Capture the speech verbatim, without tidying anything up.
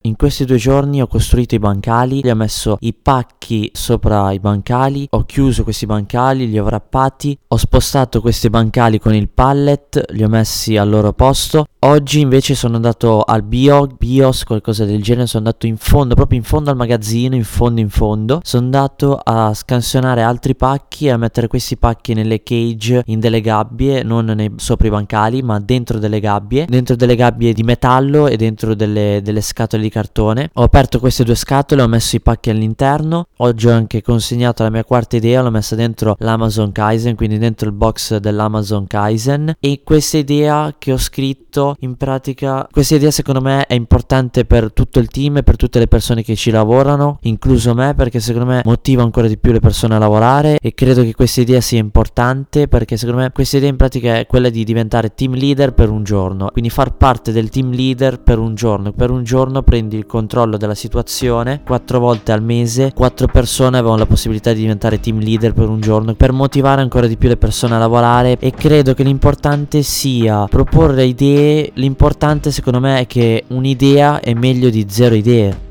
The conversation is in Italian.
In questi due giorni ho costruito i bancali, li ho messo i pacchi sopra i bancali, ho chiuso questi bancali, li ho wrappati, ho spostato questi bancali con il pallet, li ho messi al loro posto. Oggi invece sono andato al bio, bios, qualcosa del genere, sono andato in fondo, proprio in fondo al magazzino, in fondo in fondo. Sono andato a scansionare altri pacchi e a mettere questi pacchi nelle cage, in delle gabbie, non nei, sopra i bancali, ma dentro delle gabbie, dentro delle gabbie di metallo e dentro delle, delle scatole di cartone. Ho aperto queste due scatole, ho messo i pacchi all'interno. Oggi ho anche consegnato la mia quarta idea, l'ho messa dentro l'Amazon Kaizen, quindi dentro il box dell'Amazon Kaizen. E questa idea che ho scritto, in pratica, questa idea secondo me è importante per tutto il team e per tutte le persone che ci lavorano, incluso me, perché secondo me motiva ancora di più le persone a lavorare, e credo che questa idea sia importante perché secondo me questa idea in pratica è quella di diventare team leader per un giorno, quindi far parte del team leader per un giorno. Per un giorno prendi il controllo della situazione, quattro volte al mese quattro persone avevano la possibilità di diventare team leader per un giorno, per motivare ancora di più le persone a lavorare. E credo che l'importante sia proporre idee. L'importante secondo me è che un'idea è meglio di zero idee.